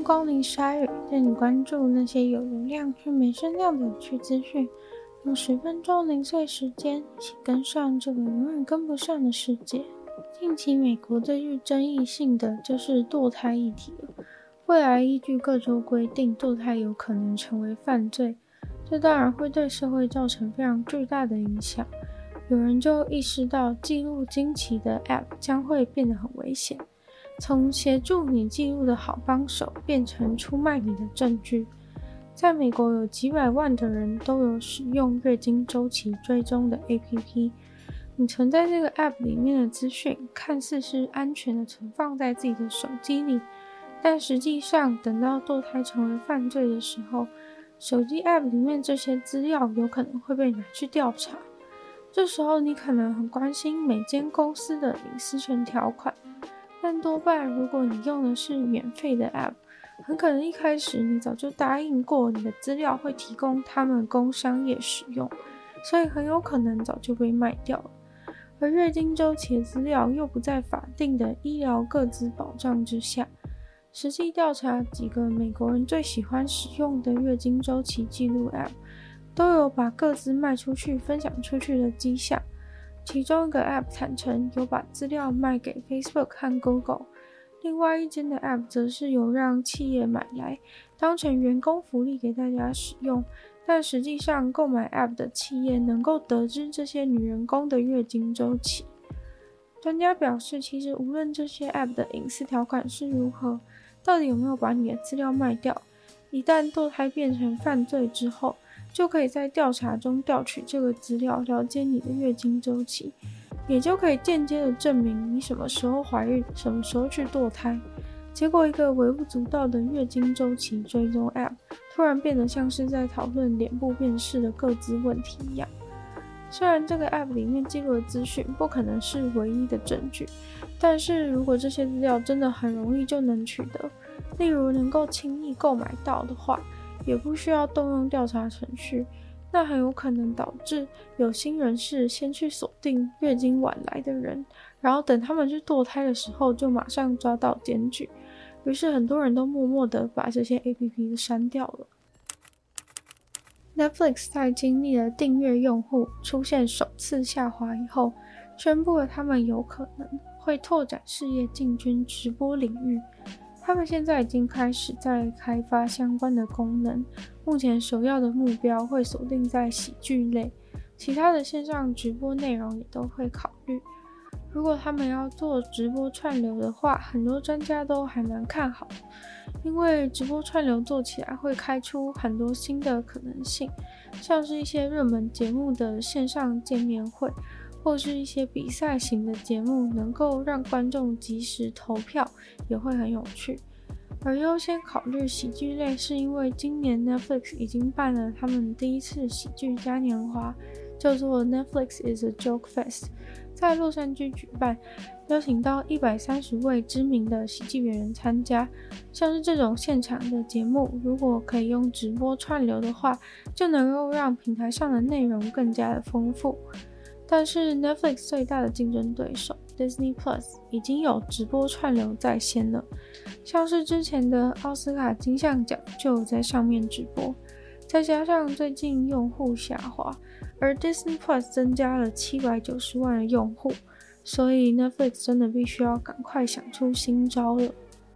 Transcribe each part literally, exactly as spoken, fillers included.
光临鲨鱼，带你关注那些有流量却没声量的有趣资讯。用十分钟零碎时间，一起跟上这个永远跟不上的世界。近期美国最具争议性的就是堕胎议题了。未来依据各州规定，堕胎有可能成为犯罪，这当然会对社会造成非常巨大的影响。有人就意识到，记录经期的 App 将会变得很危险，从协助你记录的好帮手变成出卖你的证据。在美国有几百万的人都有使用月经周期追踪的 A P P， 你存在这个 App 里面的资讯看似是安全的存放在自己的手机里，但实际上等到堕胎成为犯罪的时候，手机 App 里面这些资料有可能会被拿去调查。这时候你可能很关心每间公司的隐私权条款，但多半如果你用的是免费的 App， 很可能一开始你早就答应过你的资料会提供他们供商业使用，所以很有可能早就被卖掉了。而月经周期的资料又不在法定的医疗个资保障之下。实际调查几个美国人最喜欢使用的月经周期记录 App， 都有把个资卖出去分享出去的迹象。其中一个 App 坦诚有把资料卖给 Facebook 和 Google， 另外一间的 App 则是有让企业买来当成员工福利给大家使用，但实际上购买 App 的企业能够得知这些女员工的月经周期。专家表示，其实无论这些 App 的隐私条款是如何，到底有没有把你的资料卖掉，一旦堕胎变成犯罪之后，就可以在调查中调取这个资料，了解你的月经周期，也就可以间接的证明你什么时候怀孕，什么时候去堕胎。结果一个微不足道的月经周期追踪 App 突然变得像是在讨论脸部辨识的个资问题一样。虽然这个 App 里面记录的资讯不可能是唯一的证据，但是如果这些资料真的很容易就能取得，例如能够轻易购买到的话，也不需要动用调查程序，那很有可能导致有心人士先去锁定月经晚来的人，然后等他们去堕胎的时候就马上抓到检举，于是很多人都默默的把这些 A P P 删掉了。Netflix 在经历了订阅用户出现首次下滑以后，宣布了他们有可能会拓展事业进军直播领域。他们现在已经开始在开发相关的功能，目前首要的目标会锁定在喜剧类，其他的线上直播内容也都会考虑。如果他们要做直播串流的话，很多专家都还蛮看好的，因为直播串流做起来会开出很多新的可能性，像是一些热门节目的线上见面会，或是一些比赛型的节目能够让观众即时投票，也会很有趣。而优先考虑喜剧类是因为今年 Netflix 已经办了他们第一次喜剧嘉年华，叫做 Netflix is a Joke Fest， 在洛杉矶举办，邀请到一百三十位知名的喜剧演员参加。像是这种现场的节目，如果可以用直播串流的话，就能够让平台上的内容更加的丰富。但是 Netflix 最大的竞争对手 Disney Plus 已经有直播串流在先了，像是之前的奥斯卡金像奖就有在上面直播，再加上最近用户下滑，而 Disney Plus 增加了七百九十万的用户，所以 Netflix 真的必须要赶快想出新招了。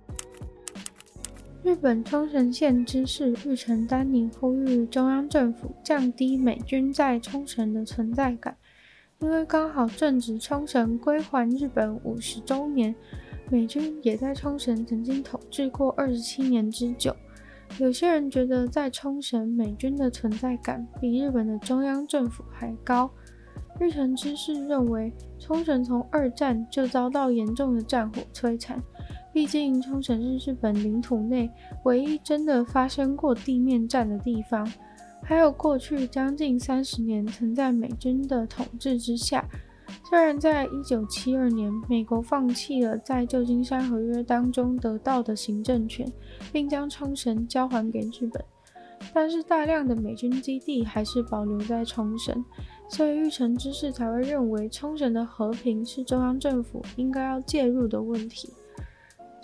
日本冲绳县知事玉城丹尼呼吁中央政府降低美军在冲绳的存在感，因为刚好正值冲绳归还日本五十周年，美军也在冲绳曾经统治过二十七年之久。有些人觉得在冲绳美军的存在感比日本的中央政府还高。玉城知事认为，冲绳从二战就遭到严重的战火摧残，毕竟冲绳是日本领土内唯一真的发生过地面战的地方，还有过去将近三十年曾在美军的统治之下。虽然在一九七二年美国放弃了在旧金山合约当中得到的行政权，并将冲绳交还给日本，但是大量的美军基地还是保留在冲绳，所以玉城知事才会认为冲绳的和平是中央政府应该要介入的问题。冲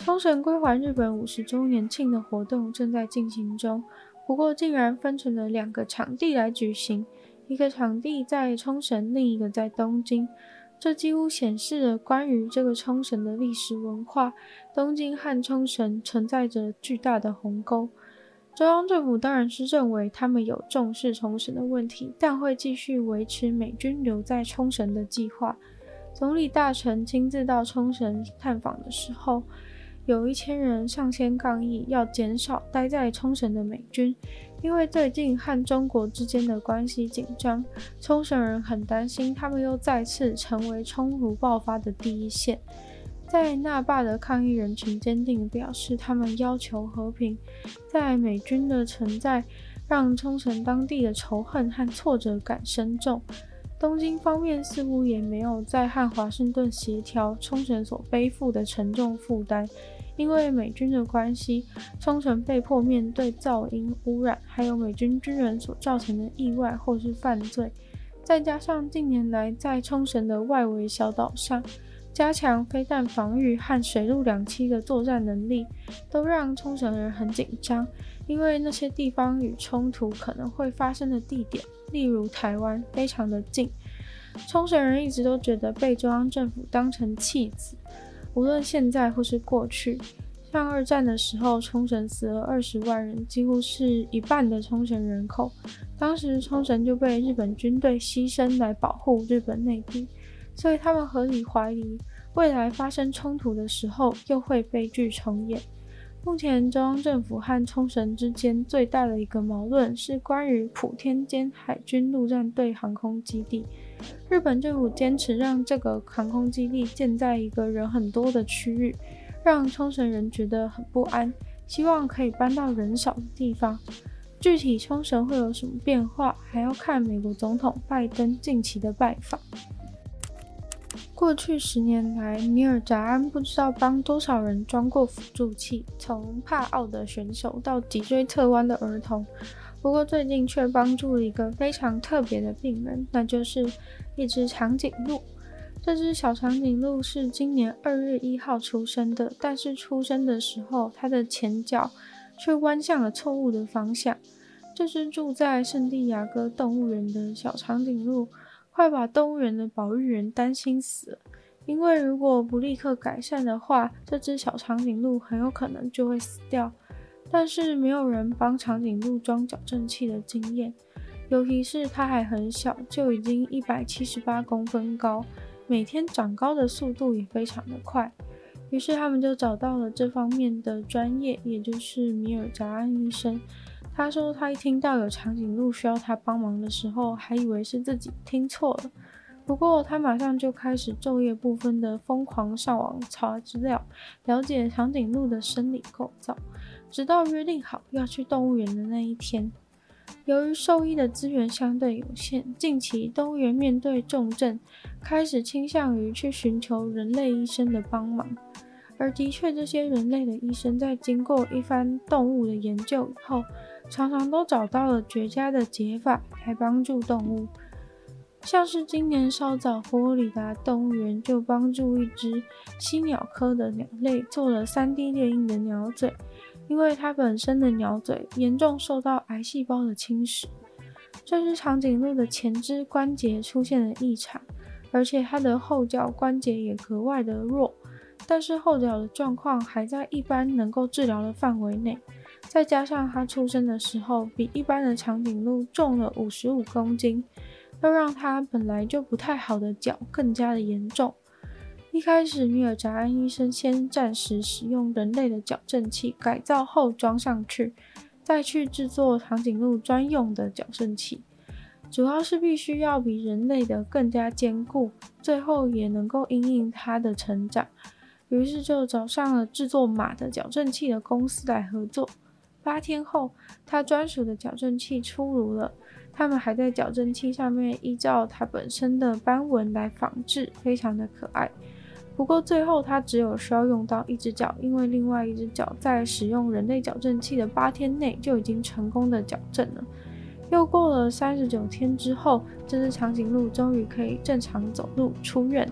冲绳归还日本五十周年庆的活动正在进行中，不过竟然分成了两个场地来举行，一个场地在冲绳，另一个在东京。这几乎显示了关于这个冲绳的历史文化，东京和冲绳存在着巨大的鸿沟。中央政府当然是认为他们有重视冲绳的问题，但会继续维持美军留在冲绳的计划。总理大臣亲自到冲绳探访的时候，有一千人上前抗议要减少待在冲绳的美军，因为最近和中国之间的关系紧张，冲绳人很担心他们又再次成为冲突爆发的第一线。在那霸的抗议人群坚定表示他们要求和平，在美军的存在让冲绳当地的仇恨和挫折感深重。东京方面似乎也没有在和华盛顿协调冲绳所背负的沉重负担，因为美军的关系，冲绳被迫面对噪音、污染，还有美军军人所造成的意外或是犯罪，再加上近年来在冲绳的外围小岛上加强飞弹防御和水陆两栖的作战能力，都让冲绳人很紧张，因为那些地方与冲突可能会发生的地点，例如台湾，非常的近。冲绳人一直都觉得被中央政府当成弃子，无论现在或是过去。像二战的时候，冲绳死了二十万人，几乎是一半的冲绳人口。当时冲绳就被日本军队牺牲来保护日本内地，所以他们合理怀疑未来发生冲突的时候又会悲剧重演。目前中央政府和冲绳之间最大的一个矛盾是关于普天间海军陆战队航空基地。日本政府坚持让这个航空基地建在一个人很多的区域，让冲绳人觉得很不安，希望可以搬到人少的地方。具体冲绳会有什么变化，还要看美国总统拜登近期的拜访。过去十年来，米尔扎安不知道帮多少人装过辅助器，从帕奥的选手到脊椎侧弯的儿童。不过最近却帮助了一个非常特别的病人，那就是一只长颈鹿。这只小长颈鹿是今年二月一号出生的，但是出生的时候，它的前脚却弯向了错误的方向。这只住在圣地亚哥动物园的小长颈鹿快把动物园的保育员担心死了，因为如果不立刻改善的话，这只小长颈鹿很有可能就会死掉。但是没有人帮长颈鹿装矫正器的经验，尤其是它还很小，就已经一百七十八公分高，每天长高的速度也非常的快。于是他们就找到了这方面的专业，也就是米尔扎安医生。他说他一听到有长颈鹿需要他帮忙的时候，还以为是自己听错了。不过他马上就开始昼夜不分的疯狂上网查资料，了解长颈鹿的生理构造，直到约定好要去动物园的那一天。由于兽医的资源相对有限，近期动物园面对重症，开始倾向于去寻求人类医生的帮忙。而的确，这些人类的医生在经过一番动物的研究以后，常常都找到了绝佳的解法来帮助动物。像是今年稍早，佛罗里达动物园就帮助一只犀鸟科的鸟类做了 三 D 列印的鸟嘴，因为它本身的鸟嘴严重受到癌细胞的侵蚀。这只长颈鹿的前肢关节出现了异常，而且它的后脚关节也格外的弱，但是后脚的状况还在一般能够治疗的范围内，再加上它出生的时候比一般的长颈鹿重了五十五公斤，又让它本来就不太好的脚更加的严重。一开始米尔扎安医生先暂时使用人类的矫正器改造后装上去，再去制作长颈鹿专用的矫正器，主要是必须要比人类的更加坚固，最后也能够因应它的成长。于是就找上了制作马的矫正器的公司来合作。八天后，它专属的矫正器出炉了，他们还在矫正器上面依照它本身的斑纹来仿制，非常的可爱。不过最后它只有需要用到一只脚，因为另外一只脚在使用人类矫正器的八天内就已经成功的矫正了。又过了三十九天之后，这只长颈鹿终于可以正常走路出院了。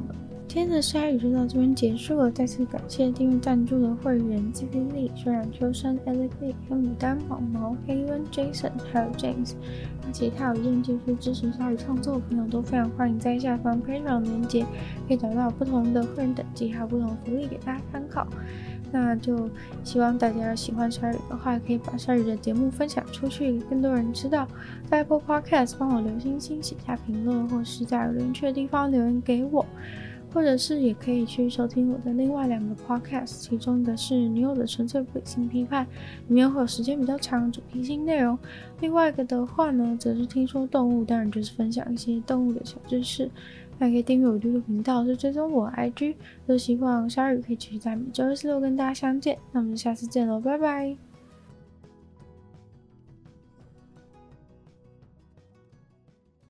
今天的鲨鱼就到这边结束了，再次感谢订阅赞助的会员 Z Z Z、虽然秋生、Alex Lee、黑牡丹、毛毛、黑温、Jason 还有 James。那其他有意愿继续支持鲨鱼创作的朋友都非常欢迎在下方 Patreon 连结可以找到不同的会员等级还有不同的福利给大家参考。那就希望大家喜欢鲨鱼的话，可以把鲨鱼的节目分享出去，更多人知道。在 Apple Podcast 帮我留星星、写下评论，或是在有留言区的地方留言给我。或者是也可以去收听我的另外两个 podcast， 其中一个是女友的纯粹不理性批判，里面会有时间比较长的主题性内容。另外一个的话呢，则是听说动物，当然就是分享一些动物的小知识。那也可以订阅我 YouTube 频道，是追踪我 I G。就希望鲨鱼可以继续在每周二、四、六跟大家相见。那我们就下次见喽，拜拜。